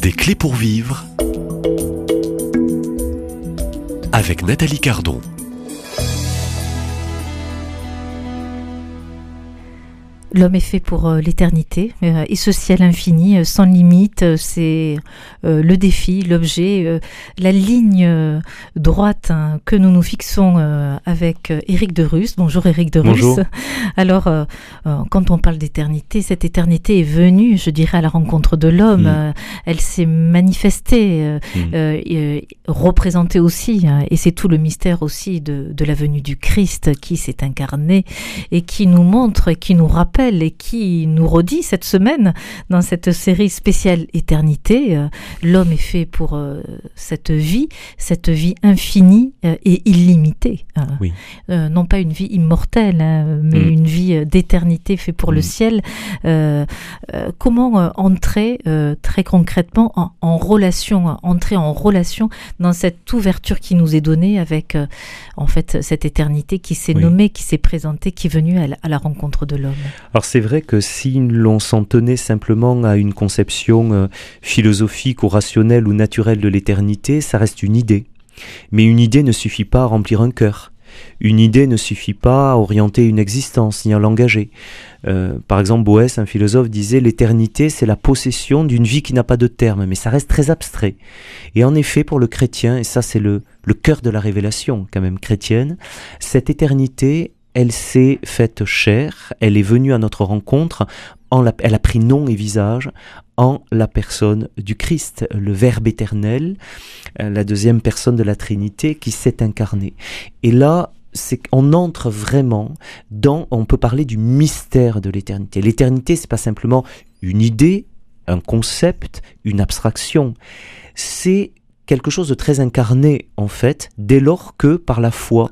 Des clés pour vivre avec Nathalie Cardon. L'homme est fait pour l'éternité et ce ciel infini, sans limite, c'est le défi, l'objet, la ligne droite que nous nous fixons avec Éric Derusse. Bonjour Éric Derusse. Bonjour. Alors, quand on parle d'éternité, cette éternité est venue, je dirais, à la rencontre de l'homme. Elle s'est manifestée, représentée aussi, et c'est tout le mystère aussi de la venue du Christ qui s'est incarné et qui nous montre et qui nous rappelle et qui nous redit cette semaine dans cette série spéciale Éternité. L'homme est fait pour cette vie infinie et illimitée. Oui. Non pas une vie immortelle, mais une vie d'éternité faite pour le ciel. Comment entrer très concrètement en relation, entrer en relation dans cette ouverture qui nous est donnée avec en fait cette éternité qui s'est nommée, qui s'est présentée, qui est venue à la rencontre de l'homme. Alors c'est vrai que si l'on s'en tenait simplement à une conception philosophique ou rationnelle ou naturelle de l'éternité, ça reste une idée. Mais une idée ne suffit pas à remplir un cœur. Une idée ne suffit pas à orienter une existence ni à l'engager. Par exemple, Boès, un philosophe, disait « L'éternité, c'est la possession d'une vie qui n'a pas de terme », mais ça reste très abstrait. Et en effet, pour le chrétien, et ça c'est le cœur de la révélation quand même chrétienne, cette éternité, elle s'est faite chair, elle est venue à notre rencontre, elle a pris nom et visage en la personne du Christ, le Verbe éternel, la deuxième personne de la Trinité qui s'est incarnée. Et là, on entre vraiment on peut parler du mystère de l'éternité. L'éternité, c'est pas simplement une idée, un concept, une abstraction. C'est quelque chose de très incarné, en fait, dès lors que, par la foi,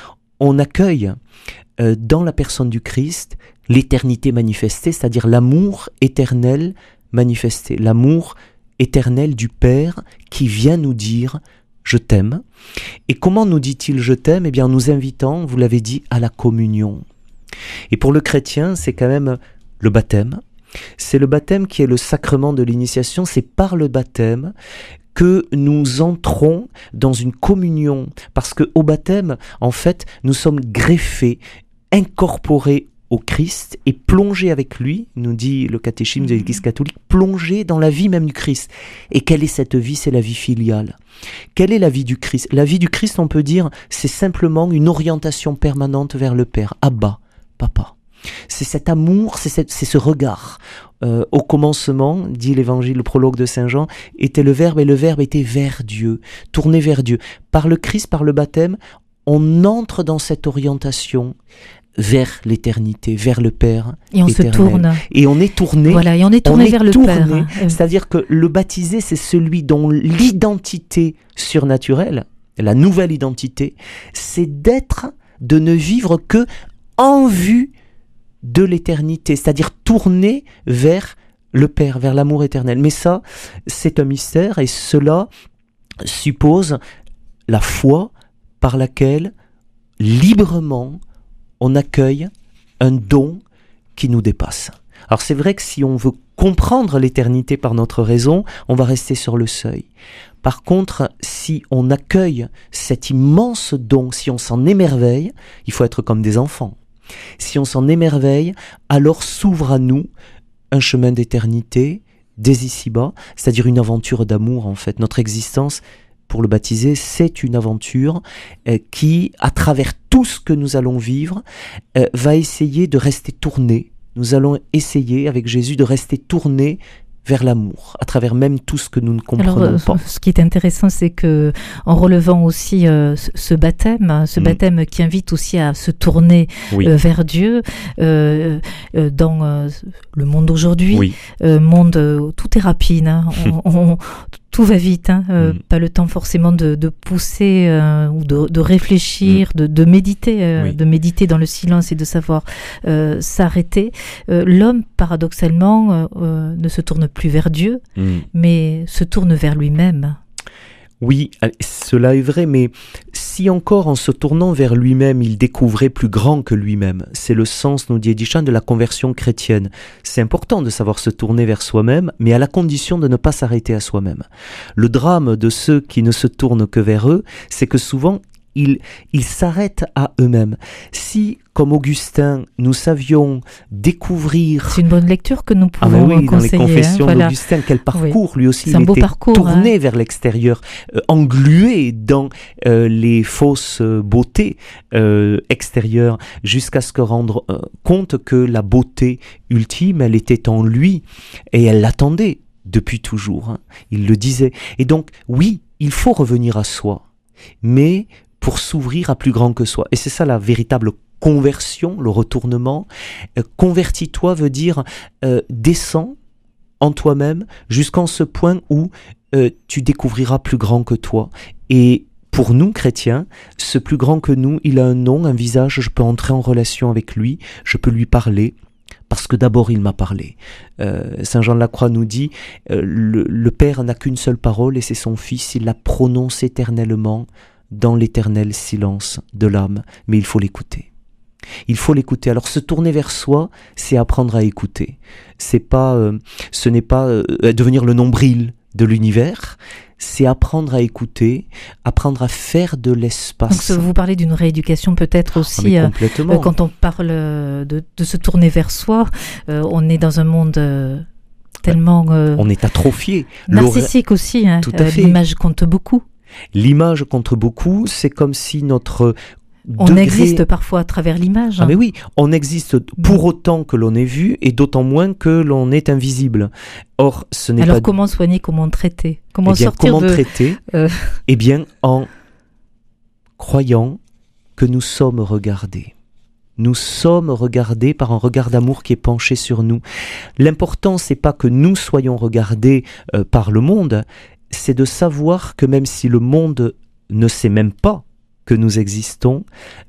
on accueille dans la personne du Christ l'éternité manifestée, c'est-à-dire l'amour éternel manifesté, l'amour éternel du Père qui vient nous dire « je t'aime ». Et comment nous dit-il « je t'aime » ? Eh bien en nous invitant, vous l'avez dit, à la communion. Et pour le chrétien, c'est quand même le baptême. C'est le baptême qui est le sacrement de l'initiation, c'est par le baptême que nous entrons dans une communion, parce qu'au baptême, en fait, nous sommes greffés, incorporés au Christ et plongés avec lui, nous dit le catéchisme de l'Église catholique, plongés dans la vie même du Christ. Et quelle est cette vie ? C'est la vie filiale. Quelle est la vie du Christ ? La vie du Christ, on peut dire, c'est simplement une orientation permanente vers le Père. Abba, Papa. C'est cet amour, c'est ce regard. Au commencement, dit l'évangile, le prologue de Saint Jean, était le Verbe et le Verbe était vers Dieu, tourné vers Dieu. Par le Christ, par le baptême, on entre dans cette orientation vers l'éternité, vers le Père et on éternel. Se tourne. Et on est tourné. Voilà, et on est tourné vers le Père. C'est-à-dire que le baptisé, c'est celui dont l'identité surnaturelle, la nouvelle identité, c'est de ne vivre que en vue de l'éternité, c'est-à-dire tourner vers le Père, vers l'amour éternel. Mais ça, c'est un mystère et cela suppose la foi par laquelle, librement, on accueille un don qui nous dépasse. Alors c'est vrai que si on veut comprendre l'éternité par notre raison, on va rester sur le seuil. Par contre, si on accueille cet immense don, si on s'en émerveille, il faut être comme des enfants. Si on s'en émerveille, alors s'ouvre à nous un chemin d'éternité, dès ici-bas, c'est-à-dire une aventure d'amour en fait. Notre existence, pour le baptisé, c'est une aventure qui, à travers tout ce que nous allons vivre, va essayer de rester tourné. Nous allons essayer, avec Jésus, de rester tourné vers l'amour, à travers même tout ce que nous ne comprenons pas. Ce qui est intéressant, c'est que en relevant aussi ce baptême qui invite aussi à se tourner vers Dieu, dans le monde d'aujourd'hui, monde où tout est rapide, tout va vite, pas le temps forcément de pousser ou de réfléchir, de méditer, de méditer dans le silence et de savoir s'arrêter. L'homme, paradoxalement, ne se tourne plus vers Dieu, mais se tourne vers lui-même. Oui, cela est vrai, mais si si encore en se tournant vers lui-même, il découvrait plus grand que lui-même. C'est le sens, nous dit Edichon, de la conversion chrétienne. C'est important de savoir se tourner vers soi-même, mais à la condition de ne pas s'arrêter à soi-même. Le drame de ceux qui ne se tournent que vers eux, c'est que souvent, ils s'arrêtent à eux-mêmes. Si, comme Augustin, nous savions découvrir... C'est une bonne lecture que nous pouvons conseiller. Dans les confessions d'Augustin, quel parcours, lui aussi, il était tourné vers l'extérieur, englué dans les fausses beautés extérieures, jusqu'à se rendre compte que la beauté ultime, elle était en lui, et elle l'attendait depuis toujours. Il le disait. Et donc, oui, il faut revenir à soi, mais pour s'ouvrir à plus grand que soi. Et c'est ça la véritable conversion, le retournement. Convertis-toi veut dire descends en toi-même jusqu'en ce point où tu découvriras plus grand que toi. Et pour nous, chrétiens, ce plus grand que nous, il a un nom, un visage, je peux entrer en relation avec lui, je peux lui parler, parce que d'abord il m'a parlé. Saint Jean de la Croix nous dit, le Père n'a qu'une seule parole et c'est son Fils, il la prononce éternellement dans l'éternel silence de l'âme, mais il faut l'écouter. Il faut l'écouter. Alors se tourner vers soi, c'est apprendre à écouter. Ce n'est pas devenir le nombril de l'univers, c'est apprendre à écouter, apprendre à faire de l'espace. Donc vous parlez d'une rééducation peut-être aussi, quand on parle de se tourner vers soi, on est dans un monde tellement... on est atrophié. Narcissique aussi, hein, tout à fait. L'image compte beaucoup. L'image compte beaucoup, c'est comme si notre... On existe parfois à travers l'image. Ah mais oui, on existe pour autant que l'on est vu et d'autant moins que l'on est invisible. Or, ce n'est Alors comment soigner, comment traiter, comment traiter Eh bien, en croyant que nous sommes regardés. Nous sommes regardés par un regard d'amour qui est penché sur nous. L'important, c'est pas que nous soyons regardés par le monde, c'est de savoir que même si le monde ne sait même pas que nous existons,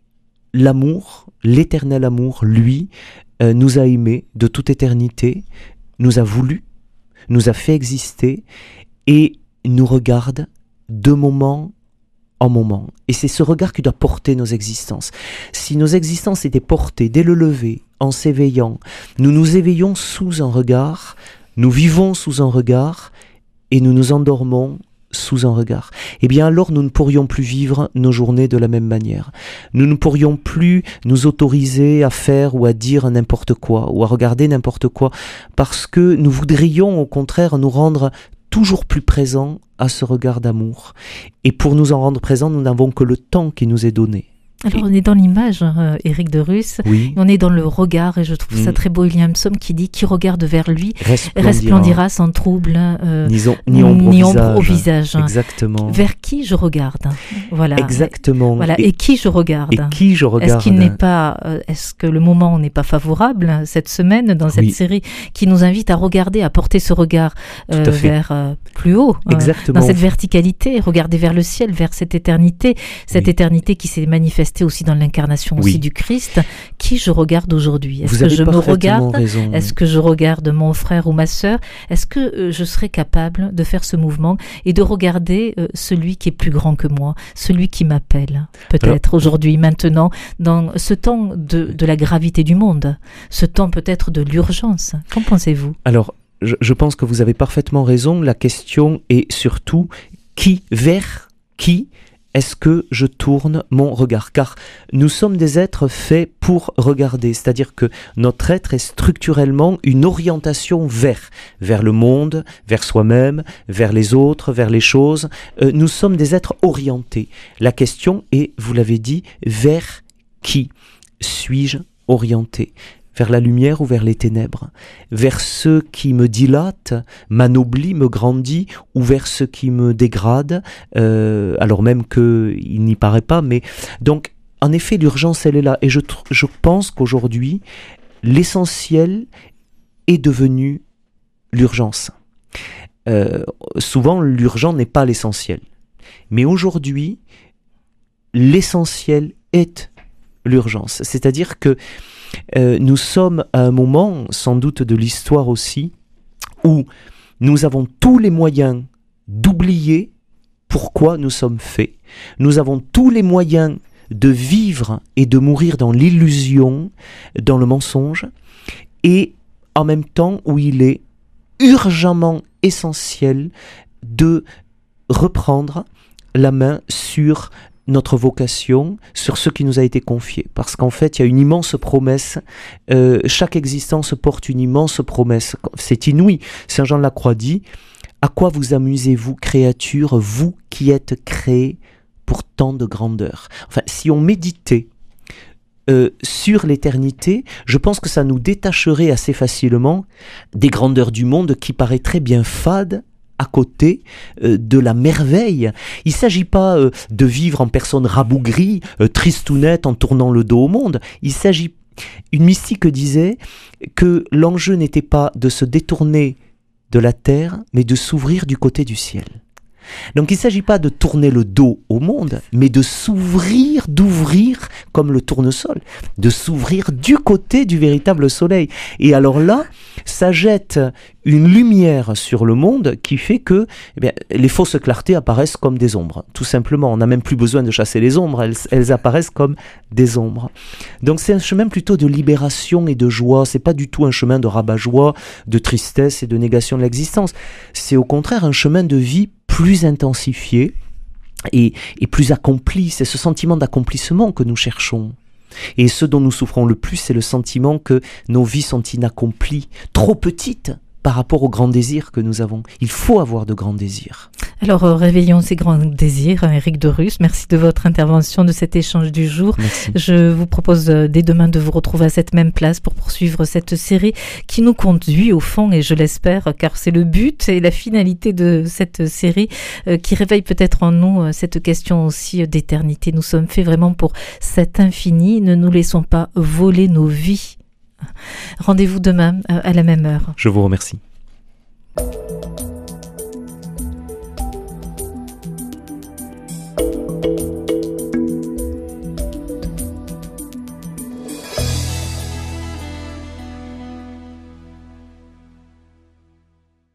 l'amour, l'éternel amour, lui, nous a aimés de toute éternité, nous a voulu, nous a fait exister et nous regarde de moment en moment. Et c'est ce regard qui doit porter nos existences. Si nos existences étaient portées dès le lever, en s'éveillant, nous nous éveillons sous un regard, nous vivons sous un regard et nous nous endormons sous un regard, eh bien alors nous ne pourrions plus vivre nos journées de la même manière. Nous ne pourrions plus nous autoriser à faire ou à dire n'importe quoi, ou à regarder n'importe quoi, parce que nous voudrions au contraire nous rendre toujours plus présents à ce regard d'amour. Et pour nous en rendre présents, nous n'avons que le temps qui nous est donné. Alors on est dans l'image, Éric de Russe, oui. On est dans le regard, et je trouve ça très beau. Il y a un psaume qui dit « Qui regarde vers lui resplendira sans trouble, ni ombre au visage. » Exactement. Vers qui je regarde. Voilà. Exactement. Voilà. Et qui je regarde. Et qui je regarde. Est-ce que le moment n'est pas favorable cette semaine dans cette série qui nous invite à regarder, à porter ce regard vers plus haut, dans cette verticalité, regarder vers le ciel, vers cette éternité qui s'est manifestée aussi dans l'incarnation aussi du Christ. Qui je regarde aujourd'hui? Est-ce que je me regarde? Est-ce que je regarde mon frère ou ma sœur? Est-ce que je serais capable de faire ce mouvement et de regarder celui qui est plus grand que moi, celui qui m'appelle, peut-être aujourd'hui, maintenant, dans ce temps de la gravité du monde, ce temps peut-être de l'urgence? Qu'en pensez-vous? Alors, je pense que vous avez parfaitement raison. La question est surtout vers qui est-ce que je tourne mon regard? Car nous sommes des êtres faits pour regarder, c'est-à-dire que notre être est structurellement une orientation vers le monde, vers soi-même, vers les autres, vers les choses. Nous sommes des êtres orientés. La question est, vous l'avez dit, vers qui suis-je orienté? Vers la lumière ou vers les ténèbres? Vers ceux qui me dilatent, m'anoblient, me grandit, ou vers ceux qui me dégradent, alors même qu'il n'y paraît pas. Mais donc, en effet, l'urgence, elle est là. Et je pense qu'aujourd'hui, l'essentiel est devenu l'urgence. Souvent, l'urgent n'est pas l'essentiel. Mais aujourd'hui, l'essentiel est l'urgence. C'est-à-dire que nous sommes à un moment, sans doute de l'histoire aussi, où nous avons tous les moyens d'oublier pourquoi nous sommes faits. Nous avons tous les moyens de vivre et de mourir dans l'illusion, dans le mensonge, et en même temps où il est urgemment essentiel de reprendre la main sur notre vocation, sur ce qui nous a été confié. Parce qu'en fait, il y a une immense promesse. Chaque existence porte une immense promesse. C'est inouï. Saint Jean de la Croix dit « À quoi vous amusez-vous, créatures, vous qui êtes créés pour tant de grandeur ?» Enfin, si on méditait sur l'éternité, je pense que ça nous détacherait assez facilement des grandeurs du monde qui paraîtraient bien fades à côté de la merveille. Il ne s'agit pas de vivre en personne rabougrie, tristounette, en tournant le dos au monde. Il s'agit... Une mystique disait que l'enjeu n'était pas de se détourner de la terre, mais de s'ouvrir du côté du ciel. Donc il ne s'agit pas de tourner le dos au monde, mais de s'ouvrir, d'ouvrir comme le tournesol, de s'ouvrir du côté du véritable soleil. Et alors là, ça jette une lumière sur le monde qui fait que les fausses clartés apparaissent comme des ombres. Tout simplement, on n'a même plus besoin de chasser les ombres, elles apparaissent comme des ombres. Donc c'est un chemin plutôt de libération et de joie, c'est pas du tout un chemin de rabat-joie, de tristesse et de négation de l'existence. C'est au contraire un chemin de vie plus intensifié et plus accompli. C'est ce sentiment d'accomplissement que nous cherchons. Et ce dont nous souffrons le plus, c'est le sentiment que nos vies sont inaccomplies, trop petites par rapport aux grands désirs que nous avons. Il faut avoir de grands désirs. Alors, réveillons ces grands désirs, Éric de Rus. Merci de votre intervention, de cet échange du jour. Merci. Je vous propose dès demain de vous retrouver à cette même place pour poursuivre cette série qui nous conduit au fond, et je l'espère, car c'est le but et la finalité de cette série qui réveille peut-être en nous cette question aussi d'éternité. Nous sommes faits vraiment pour cet infini. Ne nous laissons pas voler nos vies. Rendez-vous demain à la même heure. Je vous remercie.